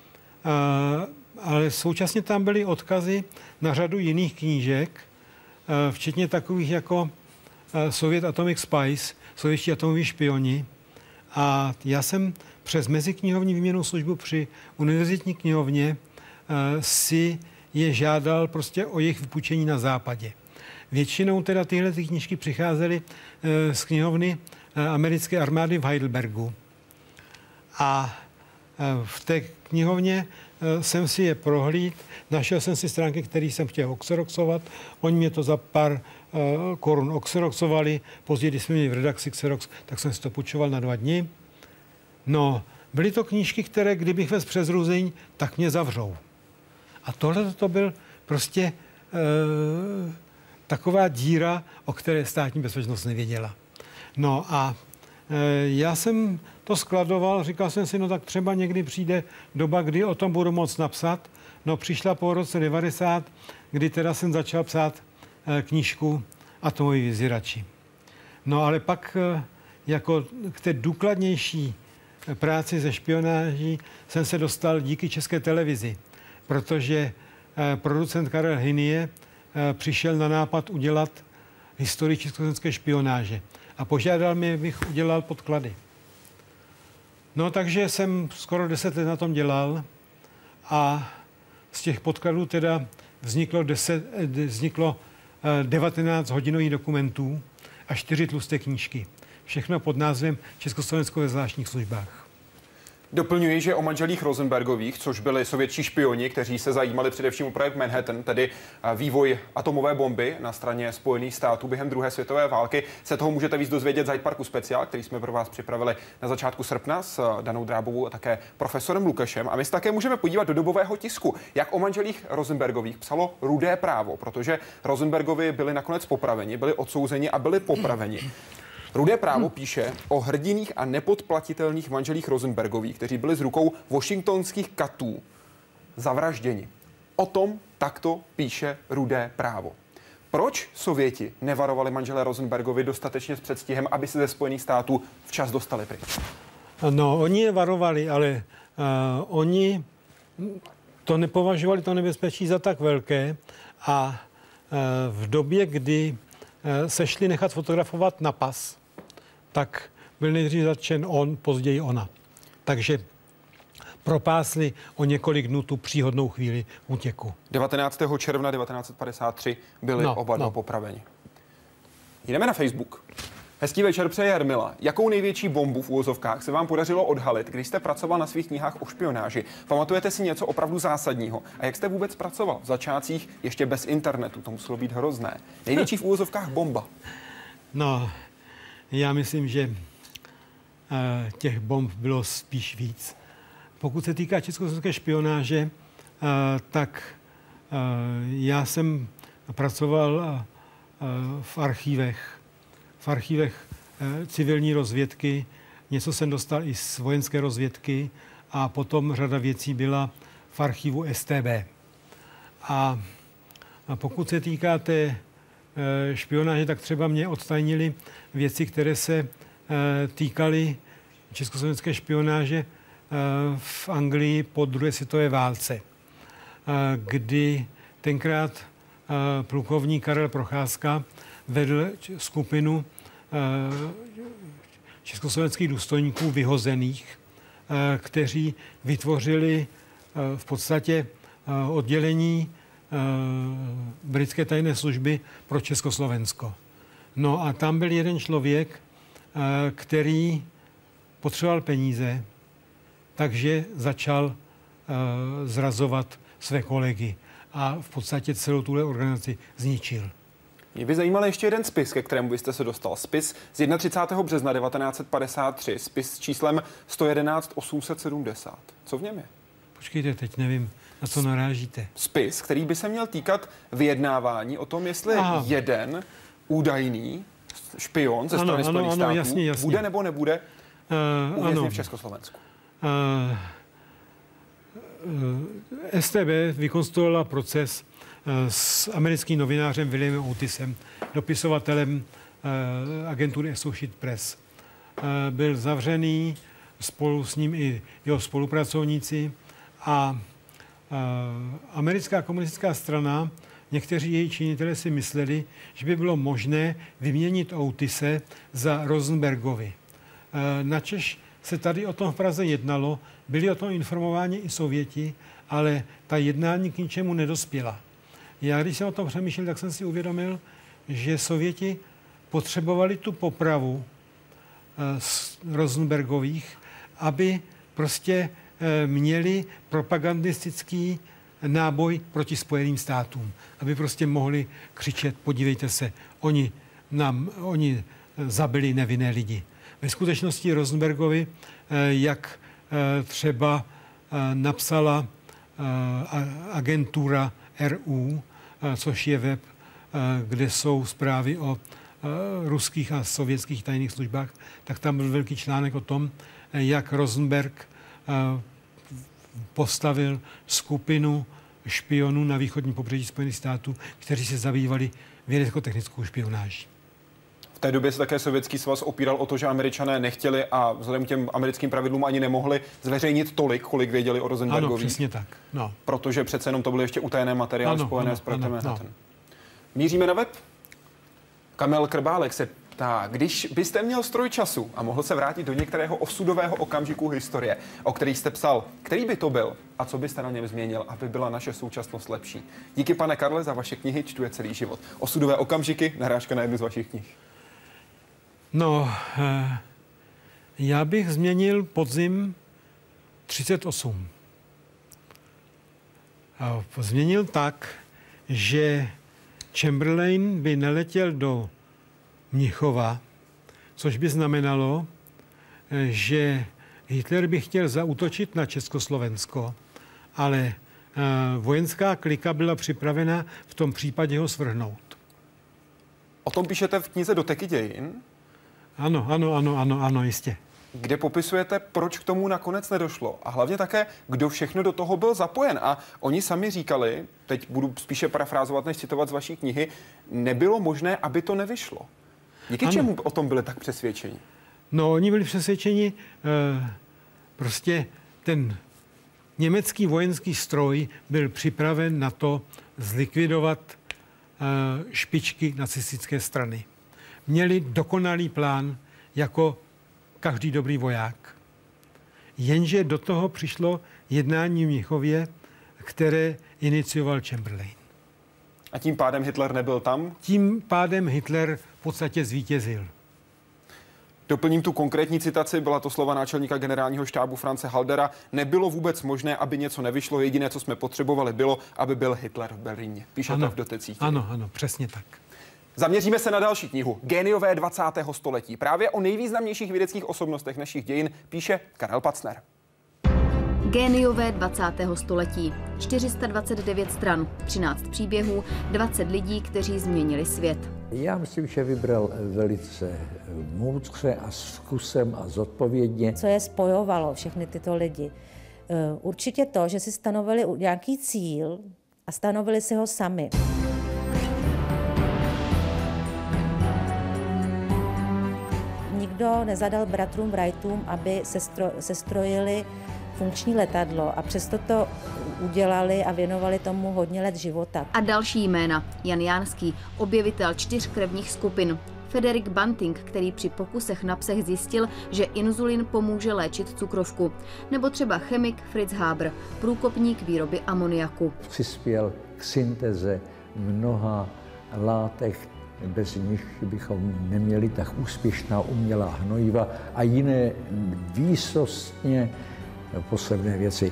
Ale současně tam byly odkazy na řadu jiných knížek, včetně takových jako Soviet Atomic Spies, sovětští atomoví špioni. A já jsem přes meziknihovní výměnnou službu při univerzitní knihovně si je žádal prostě o jejich vypůjčení na západě. Většinou teda tyhle knížky přicházely z knihovny americké armády v Heidelbergu. A v té knihovně jsem si je prohlídl, našel jsem si stránky, které jsem chtěl oxeroxovat. Oni mě to za pár korun oxeroxovali. Později, když jsme měli v redakci Xerox, tak jsem si to půjčoval na 2 dny. No, byly to knížky, které, kdybych vezl přes Ruzyň, tak mě zavřou. A tohle to byl prostě taková díra, o které státní bezpečnost nevěděla. No a já jsem to skladoval, říkal jsem si, no tak třeba někdy přijde doba, kdy o tom budu moct napsat. No přišla po roce 90, kdy teda jsem začal psát knížku Atomoví vyzvěrači. No ale pak jako k té důkladnější práci ze špionáží jsem se dostal díky České televizi, protože producent Karel Hynie přišel na nápad udělat historii československé špionáže a požádal mě, abych udělal podklady. No takže jsem skoro 10 let na tom dělal a z těch podkladů teda vzniklo 19 hodinových dokumentů a 4 tlusté knížky. Všechno pod názvem Československo ve zvláštních službách.
Doplňuji, že o manželích Rosenbergových, což byli sovětští špioni, kteří se zajímali především o projekt Manhattan, tedy vývoj atomové bomby na straně Spojených států během druhé světové války, se toho můžete víc dozvědět z Hyde Parku Speciál, který jsme pro vás připravili na začátku srpna s Danou Drábovou a také profesorem Lukešem. A my se také můžeme podívat do dobového tisku, jak o manželích Rosenbergových psalo Rudé právo, protože Rosenbergovi byli nakonec popraveni, byli odsouzeni a byli popraveni. Rudé právo píše o hrdinných a nepodplatitelných manželích Rosenbergových, kteří byli z rukou washingtonských katů zavražděni. O tom takto píše Rudé právo. Proč Sověti nevarovali manželé Rosenbergovi dostatečně s předstihem, aby se ze Spojených států včas dostali pryč?
No, oni je varovali, ale oni to nepovažovali to nebezpečí za tak velké a v době, kdy se šli nechat fotografovat na pas, tak byl nejdřív zatčen on, později ona. Takže propásli o několik dnů tu příhodnou chvíli útěku.
19. června 1953 byli oba dva popraveni. Jdeme na Facebook. Hezký večer přeje Jarmila. Jakou největší bombu v úvozovkách se vám podařilo odhalit, když jste pracoval na svých knihách o špionáži? Pamatujete si něco opravdu zásadního? A jak jste vůbec pracoval? V začátcích ještě bez internetu, to muselo být hrozné. Největší v úvozovkách bomba.
No, já myslím, že těch bomb bylo spíš víc. Pokud se týká československé špionáže, tak já jsem pracoval v archívech civilní rozvědky, něco jsem dostal i z vojenské rozvědky a potom řada věcí byla v archivu StB. A pokud se týká té špionáže, tak třeba mě odtajnili věci, které se týkaly československé špionáže v Anglii po druhé světové válce, kdy tenkrát plukovník Karel Procházka vedl skupinu československých důstojníků vyhozených, kteří vytvořili v podstatě oddělení britské tajné služby pro Československo. No a tam byl jeden člověk, který potřeboval peníze, takže začal zrazovat své kolegy a v podstatě celou tuhle organizaci zničil.
Mě by zajímal ještě jeden spis, ke kterému byste se dostal. Spis z 31. března 1953, spis s číslem 111 870. Co v něm je?
Počkejte, teď nevím, na co narážíte.
Spis, který by se měl týkat vyjednávání o tom, jestli jeden údajný špion ze strany Spojených států
jasně.
bude nebo nebude uvězněn v Československu.
StB vykonstruovala proces s americkým novinářem Williamem Otisem, dopisovatelem agentury Associated Press. Byl zavřený, spolu s ním i jeho spolupracovníci a americká komunistická strana, někteří její činitelé si mysleli, že by bylo možné vyměnit Otise za Rosenbergovi. Načež se tady o tom v Praze jednalo, byli o tom informováni i Sověti, ale ta jednání k ničemu nedospěla. Já, když jsem o tom přemýšlel, tak jsem si uvědomil, že Sověti potřebovali tu popravu Rosenbergových, aby prostě měli propagandistický náboj proti Spojeným státům. Aby prostě mohli křičet, podívejte se, oni zabili nevinné lidi. Ve skutečnosti Rosenbergovi, jak třeba napsala agentura RU, což je web, kde jsou zprávy o ruských a sovětských tajných službách, tak tam byl velký článek o tom, jak Rosenberg postavil skupinu špionů na východním pobřeží Spojených států, kteří se zabývali vědecko-technickou špionáží.
V té době se také Sovětský svaz opíral o to, že Američané nechtěli a vzhledem k těm americkým pravidlům ani nemohli zveřejnit tolik, kolik věděli o Rosenbergových.
Ano, přesně tak. No.
Protože přece jenom to byly ještě utajené materiály spojené s projektem Manhattan. Míříme na web? Kamil Krbálek se ptá, když byste měl stroj času a mohl se vrátit do některého osudového okamžiku historie, o kterých jste psal, který by to byl a co byste na něm změnil, aby byla naše současnost lepší? Díky, pane Karle, za vaše knihy, čtu je celý život. Osudové okamžiky, narážka na jednu z vašich knih.
No, já bych změnil podzim 38. Změnil tak, že Chamberlain by neletěl do Mnichova, což by znamenalo, že Hitler by chtěl zaútočit na Československo, ale vojenská klika byla připravena v tom případě ho svrhnout.
O tom píšete v knize Doteky dějin?
Ano, jistě.
Kde popisujete, proč k tomu nakonec nedošlo a hlavně také, kdo všechno do toho byl zapojen. A oni sami říkali, teď budu spíše parafrázovat, než citovat z vaší knihy, nebylo možné, aby to nevyšlo. Díky čemu o tom byli tak přesvědčeni? No,
oni byli přesvědčeni, prostě ten německý vojenský stroj byl připraven na to zlikvidovat špičky nacistické strany. Měli dokonalý plán jako každý dobrý voják. Jenže do toho přišlo jednání v Mnichově, které inicioval Chamberlain.
A tím pádem Hitler nebyl tam?
Tím pádem Hitler v podstatě zvítězil.
Doplním tu konkrétní citaci, byla to slova náčelníka generálního štábu France Haldera. Nebylo vůbec možné, aby něco nevyšlo, jediné, co jsme potřebovali, bylo, aby byl Hitler v Berlíně. Píšete v Dotecích.
Ano, přesně tak.
Zaměříme se na další knihu, Géniové 20. století. Právě o nejvýznamnějších vědeckých osobnostech našich dějin píše Karel Pacner.
Géniové 20. století. 429 stran, 13 příběhů, 20 lidí, kteří změnili svět.
Já myslím, že vybral velice moudře a s vkusem a zodpovědně.
Co je spojovalo všechny tyto lidi? Určitě to, že si stanovili nějaký cíl a stanovili si ho sami. Nikdo nezadal bratrům Wrightům, aby sestrojili funkční letadlo a přesto to udělali a věnovali tomu hodně let života.
A další jména. Jan Jánský, objevitel 4 krevních skupin. Frederick Banting, který při pokusech na psech zjistil, že inzulin pomůže léčit cukrovku. Nebo třeba chemik Fritz Haber, průkopník výroby amoniaku.
Přispěl k syntéze mnoha látek, bez nich bychom neměli tak úspěšná umělá hnojiva a jiné výsostně posledné věci.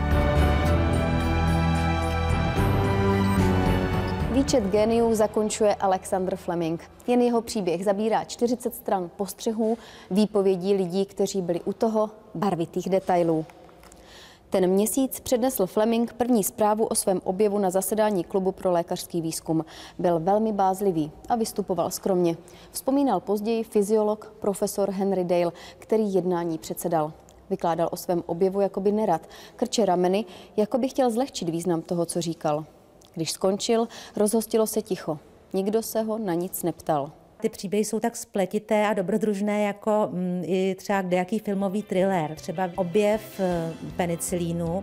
Výčet géniů zakončuje Alexander Fleming. Jen jeho příběh zabírá 40 stran postřehů, výpovědí lidí, kteří byli u toho, barvitých detailů. Ten měsíc přednesl Fleming první zprávu o svém objevu na zasedání Klubu pro lékařský výzkum. Byl velmi bázlivý a vystupoval skromně. Vzpomínal později fyziolog profesor Henry Dale, který jednání předsedal. Vykládal o svém objevu jakoby nerad, krče rameny, jakoby chtěl zlehčit význam toho, co říkal. Když skončil, rozhostilo se ticho. Nikdo se ho na nic neptal.
Ty příběhy jsou tak spletité a dobrodružné jako i třeba kdejaký filmový thriller. Třeba objev penicilínu,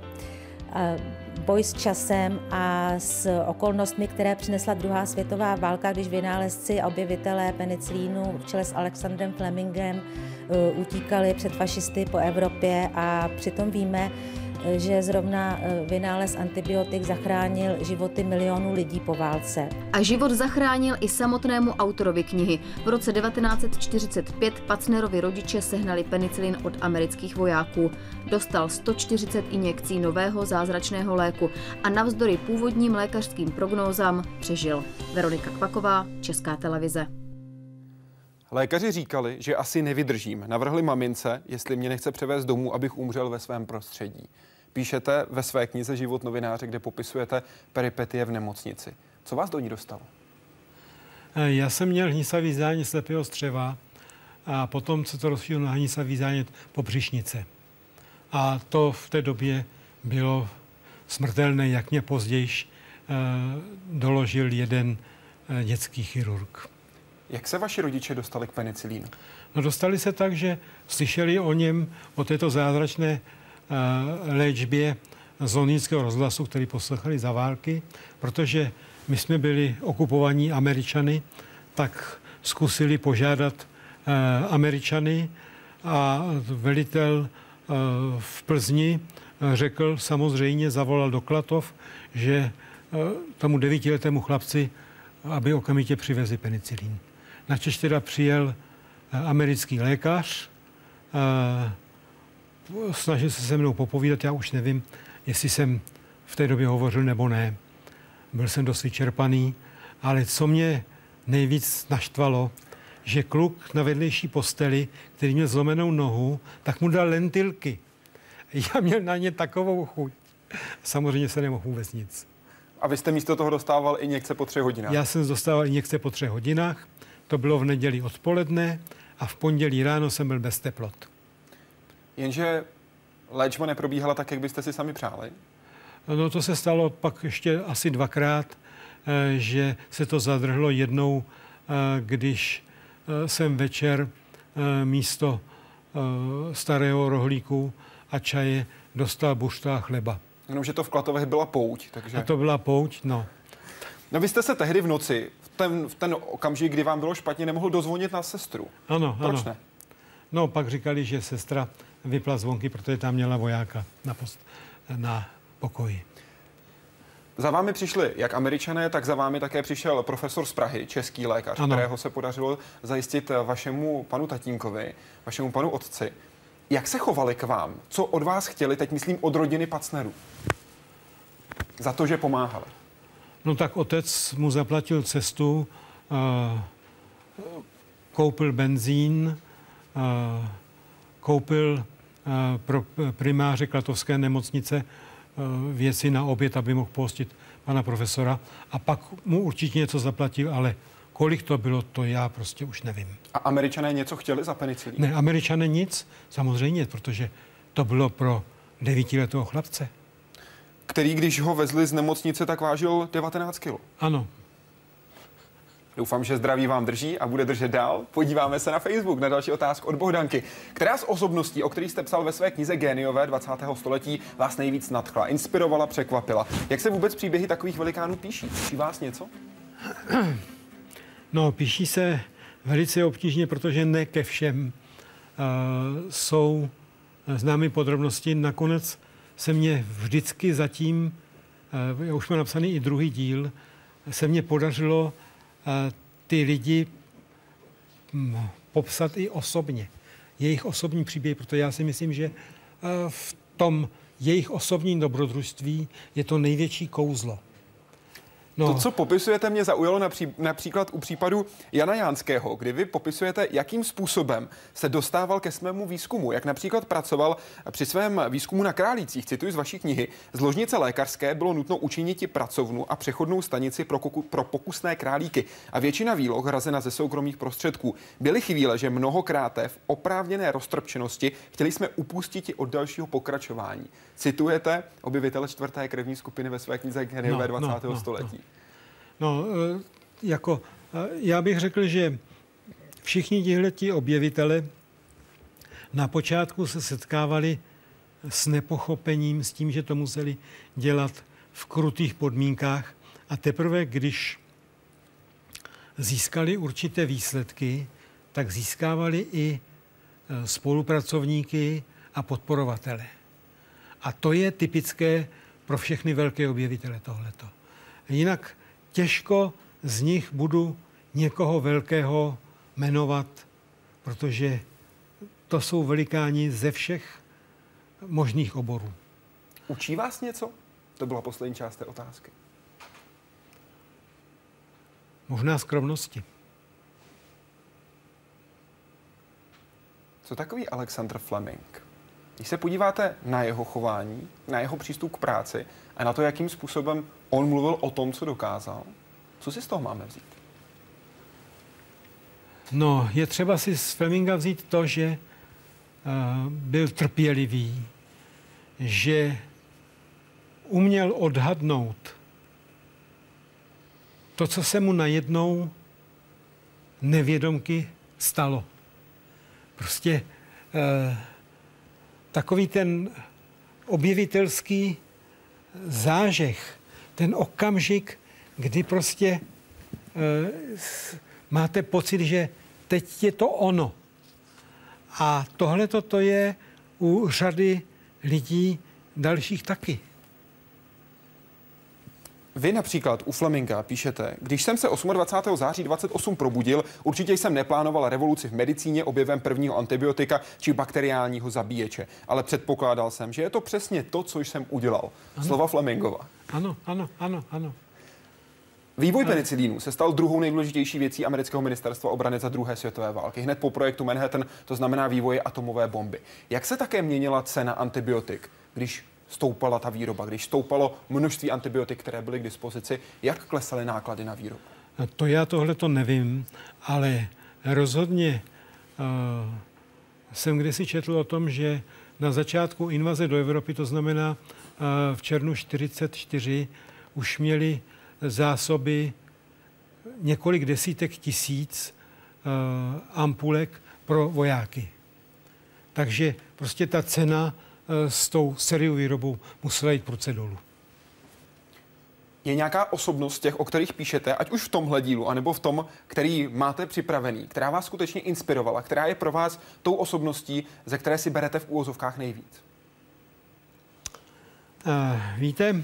boj s časem a s okolnostmi, které přinesla druhá světová válka, když vynálezci a objevitelé penicilínu v čele s Alexandrem Flemingem utíkali před fašisty po Evropě a přitom víme, že zrovna vynález antibiotik zachránil životy milionů lidí po válce.
A život zachránil i samotnému autorovi knihy. V roce 1945 Pacnerovi rodiče sehnali penicilin od amerických vojáků. Dostal 140 injekcí nového zázračného léku a navzdory původním lékařským prognózám přežil. Veronika Kvaková, Česká televize.
Lékaři říkali, že asi nevydržím. Navrhli mamince, jestli mě nechce převést domů, abych umřel ve svém prostředí. Píšete ve své knize Život novináře, kde popisujete peripetie v nemocnici. Co vás do ní dostalo?
Já jsem měl hnisavý zánět slepého střeva a potom se to rozšířilo na hnisavý zánět pobřišnice. A to v té době bylo smrtelné, jak mě později doložil jeden dětský chirurg.
Jak se vaši rodiče dostali k penicilínu?
No, dostali se tak, že slyšeli o něm, o této zázračné léčbě z londýnského rozhlasu, který poslechali za války, protože my jsme byli okupovaní Američany, tak zkusili požádat Američany a velitel v Plzni řekl, samozřejmě zavolal do Klatov, že tomu 9letému chlapci, aby okamžitě přivezli penicilín. Načež teda přijel americký lékař, snažil se mnou popovídat, já už nevím, jestli jsem v té době hovořil nebo ne. Byl jsem dost vyčerpaný, ale co mě nejvíc naštvalo, že kluk na vedlejší posteli, který měl zlomenou nohu, tak mu dal lentilky. Já měl na ně takovou chuť. Samozřejmě se nemohl vůbec nic.
A vy jste místo toho dostával injekce po 3 hodinách?
Já jsem dostával injekce po 3 hodinách. To bylo v neděli odpoledne a v pondělí ráno jsem byl bez teplot.
Jenže léčba neprobíhala tak, jak byste si sami přáli?
No to se stalo pak ještě asi 2krát, že se to zadrhlo jednou, když jsem večer místo starého rohlíku a čaje dostal bušta chleba.
Jenomže to v Klatovech byla pouť, takže...
A to byla pouť, no.
No vy jste se tehdy v noci, v ten okamžik, kdy vám bylo špatně, nemohl dozvonit na sestru.
Ano,
Proč
ano.
ne?
No, pak říkali, že sestra vypla zvonky, protože tam měla vojáka na pokoji.
Za vámi přišli jak Američané, tak za vámi také přišel profesor z Prahy, český lékař,
ano,
kterého se podařilo zajistit vašemu panu tatínkovi, vašemu panu otci. Jak se chovali k vám? Co od vás chtěli, teď myslím od rodiny Pacnerů? Za to, že pomáhali.
No tak otec mu zaplatil cestu, koupil benzín, koupil pro primáře Klatovské nemocnice věci na oběd, aby mohl postit pana profesora. A pak mu určitě něco zaplatil, ale kolik to bylo, to já prostě už nevím.
A Američané něco chtěli za penicilín?
Ne, Američané nic, samozřejmě, protože to bylo pro 9letého chlapce.
Který, když ho vezli z nemocnice, tak vážil 19 kg.
Ano.
Doufám, že zdraví vám drží a bude držet dál. Podíváme se na Facebook na další otázku od Bohdanky. Která z osobností, o kterých jste psal ve své knize Géniové 20. století, vás nejvíc nadchla, inspirovala, překvapila? Jak se vůbec příběhy takových velikánů píší? Píší vás něco?
No, píší se velice obtížně, protože ne ke všem jsou známy podrobnosti. Nakonec se mě vždycky zatím, já už mám napsaný i druhý díl, se mně podařilo ty lidi popsat i osobně. Jejich osobní příběhy, protože já si myslím, že v tom jejich osobním dobrodružství je to největší kouzlo.
No. To, co popisujete, mě zaujalo například u případu Jana Jánského, kdy vy popisujete, jakým způsobem se dostával ke svému výzkumu, jak například pracoval při svém výzkumu na Králících. Cituji z vaší knihy. Z ložnice lékařské bylo nutno učiniti pracovnu a přechodnou stanici pro pokusné králíky a většina výloh hrazena ze soukromých prostředků. Byly chvíle, že mnohokrát v oprávněné roztrpčenosti chtěli jsme upustit od dalšího pokračování. Citujete objevitele 4. krevní skupiny ve své knize Géniové 20. století.
Já bych řekl, že všichni tihleti objevitele na počátku se setkávali s nepochopením, s tím, že to museli dělat v krutých podmínkách a teprve, když získali určité výsledky, tak získávali i spolupracovníky a podporovatele. A to je typické pro všechny velké objevitele tohleto. Jinak těžko z nich budu někoho velkého jmenovat, protože to jsou velikáni ze všech možných oborů.
Učí vás něco? To byla poslední část té otázky.
Možná skromnosti.
Co takový Alexander Fleming? Když se podíváte na jeho chování, na jeho přístup k práci a na to, jakým způsobem on mluvil o tom, co dokázal, co si z toho máme vzít?
No, je třeba si z Fleminga vzít to, že byl trpělivý, že uměl odhadnout to, co se mu najednou nevědomky stalo. Prostě takový ten objevitelský zážeh, ten okamžik, kdy prostě máte pocit, že teď je to ono. A tohle to je u řady lidí dalších taky.
Vy například u Fleminga píšete, když jsem se 28. září 28 probudil, určitě jsem neplánoval revoluci v medicíně objevem prvního antibiotika či bakteriálního zabíječe, ale předpokládal jsem, že je to přesně to, co jsem udělal. Ano. Slova Flemingova.
Ano.
Vývoj penicilínu se stal druhou nejdůležitější věcí amerického ministerstva obrany za druhé světové války. Hned po projektu Manhattan, to znamená vývoje atomové bomby. Jak se také měnila cena antibiotik, když stoupala ta výroba, když stoupalo množství antibiotik, které byly k dispozici, jak klesaly náklady na výrobu?
To já tohle to nevím, ale rozhodně jsem kdysi četl o tom, že na začátku invaze do Evropy, to znamená v červnu 1944, už měli zásoby několik desítek tisíc ampulek pro vojáky. Takže prostě ta cena s tou sériovou výrobou musela jít prudce dolů.
Je nějaká osobnost těch, o kterých píšete, ať už v tomhle dílu, anebo v tom, který máte připravený, která vás skutečně inspirovala, která je pro vás tou osobností, ze které si berete v úvozovkách nejvíc?
Víte,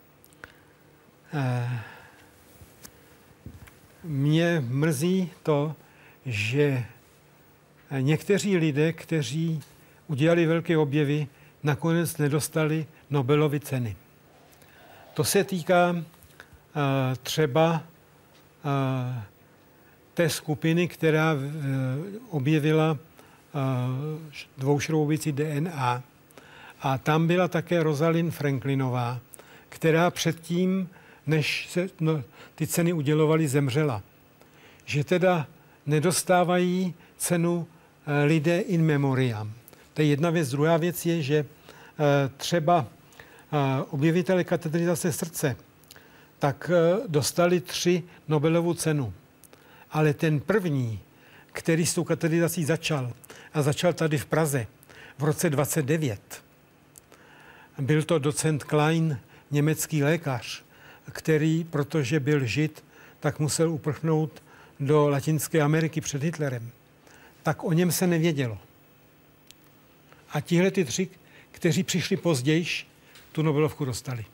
mě mrzí to, že někteří lidé, kteří udělali velké objevy, nakonec nedostali Nobelovy ceny. To se týká třeba té skupiny, která objevila dvoušroubovici DNA. A tam byla také Rosalind Franklinová, která předtím, než se ty ceny udělovaly, zemřela. Že teda nedostávají cenu lidé in memoriam. To je jedna věc. Druhá věc je, že třeba objevitelé kateterizace srdce tak dostali 3 Nobelovu cenu. Ale ten první, který s tou kateterizací začal, a začal tady v Praze v roce 29, byl to docent Klein, německý lékař, který, protože byl Žid, tak musel uprchnout do Latinské Ameriky před Hitlerem. Tak o něm se nevědělo. A tihle ty 3, kteří přišli později, tu Nobelovku dostali.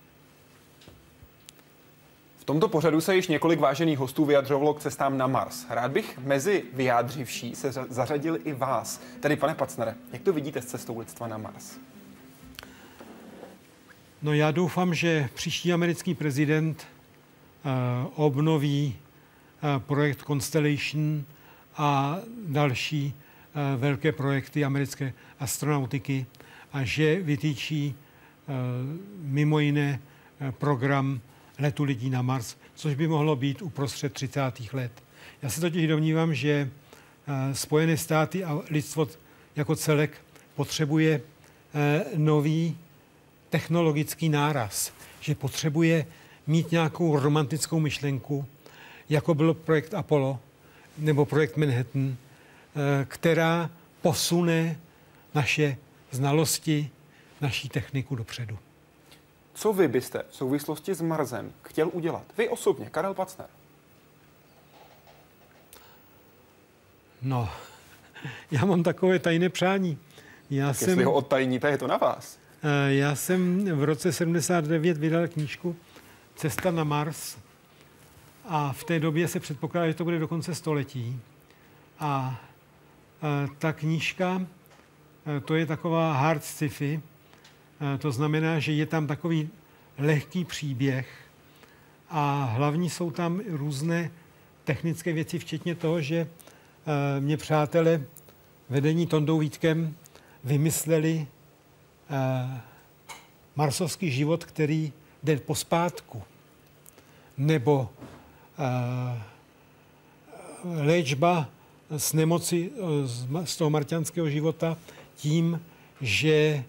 V tomto pořadu se již několik vážených hostů vyjadřovalo k cestám na Mars. Rád bych mezi vyjádřivší se zařadil i vás. Tedy, pane Pacnere, jak to vidíte s cestou lidstva na Mars?
No, já doufám, že příští americký prezident obnoví projekt Constellation a další velké projekty americké astronautiky a že vytýčí mimo jiné program letu lidí na Mars, což by mohlo být uprostřed 30. let. Já se totiž domnívám, že Spojené státy a lidstvo jako celek potřebuje nový technologický náraz, že potřebuje mít nějakou romantickou myšlenku, jako byl projekt Apollo nebo projekt Manhattan, která posune naše znalosti, naší techniku dopředu.
Co vy byste v souvislosti s Marsem chtěl udělat? Vy osobně, Karel Pacner.
No, já mám takové tajné přání.
Jestli ho odtajníte, je to na vás.
Já jsem v roce 79 vydal knížku Cesta na Mars a v té době se předpokládá, že to bude do konce století. A ta knížka, to je taková hard sci-fi, to znamená, že je tam takový lehký příběh a hlavní jsou tam různé technické věci, včetně toho, že mě přátelé vedení Tondou Vítkem vymysleli marsovský život, který jde pospátku, nebo léčba z nemoci z toho marťanského života tím, že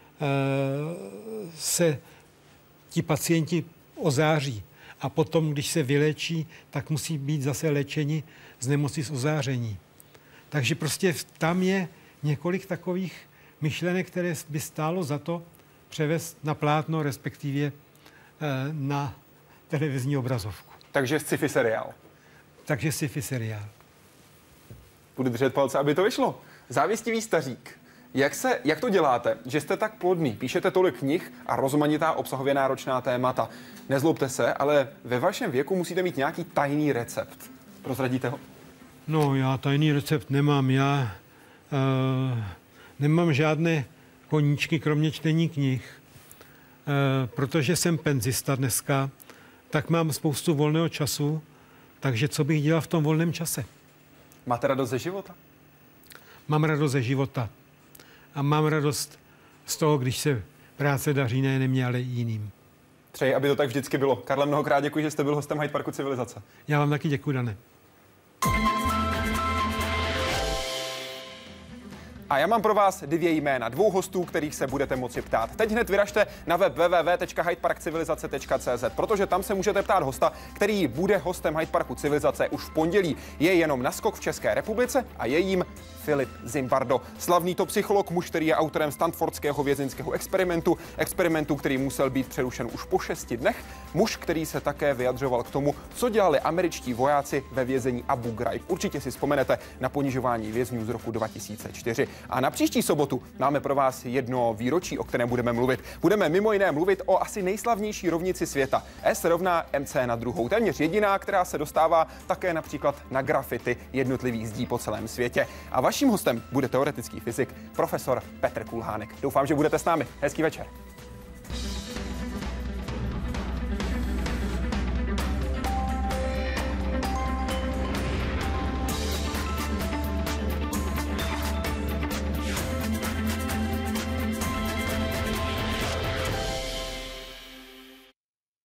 se ti pacienti ozáří a potom, když se vyléčí, tak musí být zase léčeni z nemoci z ozáření. Takže prostě tam je několik takových myšlenek, které by stálo za to převést na plátno, respektive na televizní obrazovku.
Takže sci-fi seriál.
Takže sci-fi seriál.
Budu držet palce, aby to vyšlo. Závěstivý stařík. Jak to děláte, že jste tak plodný, píšete tolik knih a rozmanitá obsahově náročná témata? Nezlobte se, ale ve vašem věku musíte mít nějaký tajný recept. Prozradíte ho?
No, já tajný recept nemám. Já nemám žádné koníčky, kromě čtení knih. Protože jsem penzista dneska, tak mám spoustu volného času, takže co bych dělal v tom volném čase?
Máte radost ze života?
Mám radost ze života. A mám radost z toho, když se práce daří nejen mě, ale i jiným.
Přeji, aby to tak vždycky bylo. Karle, mnohokrát děkuji, že jste byl hostem Hyde Parku Civilizace.
Já vám taky děkuji, Dane.
A já mám pro vás 2 jména, 2 hostů, kterých se budete moci ptát. Teď hned vyražte na web www.hydeparkcivilizace.cz, protože tam se můžete ptát hosta, který bude hostem Hyde Parku Civilizace už v pondělí. Je jenom naskok v České republice a je jím Filip Zimbardo. Slavný to psycholog, muž, který je autorem stanfordského vězeňského experimentu, který musel být přerušen už po 6 dnech. Muž, který se také vyjadřoval k tomu, co dělali američtí vojáci ve vězení Abu Ghraib. Určitě si vzpomenete na ponižování vězňů z roku 2004. A na příští sobotu máme pro vás jedno výročí, o kterém budeme mluvit. Budeme mimo jiné mluvit o asi nejslavnější rovnici světa. S rovná MC na druhou. Téměř jediná, která se dostává také například na grafity jednotlivých zdí po celém světě. A vaším hostem bude teoretický fyzik profesor Petr Kulhánek. Doufám, že budete s námi. Hezký večer.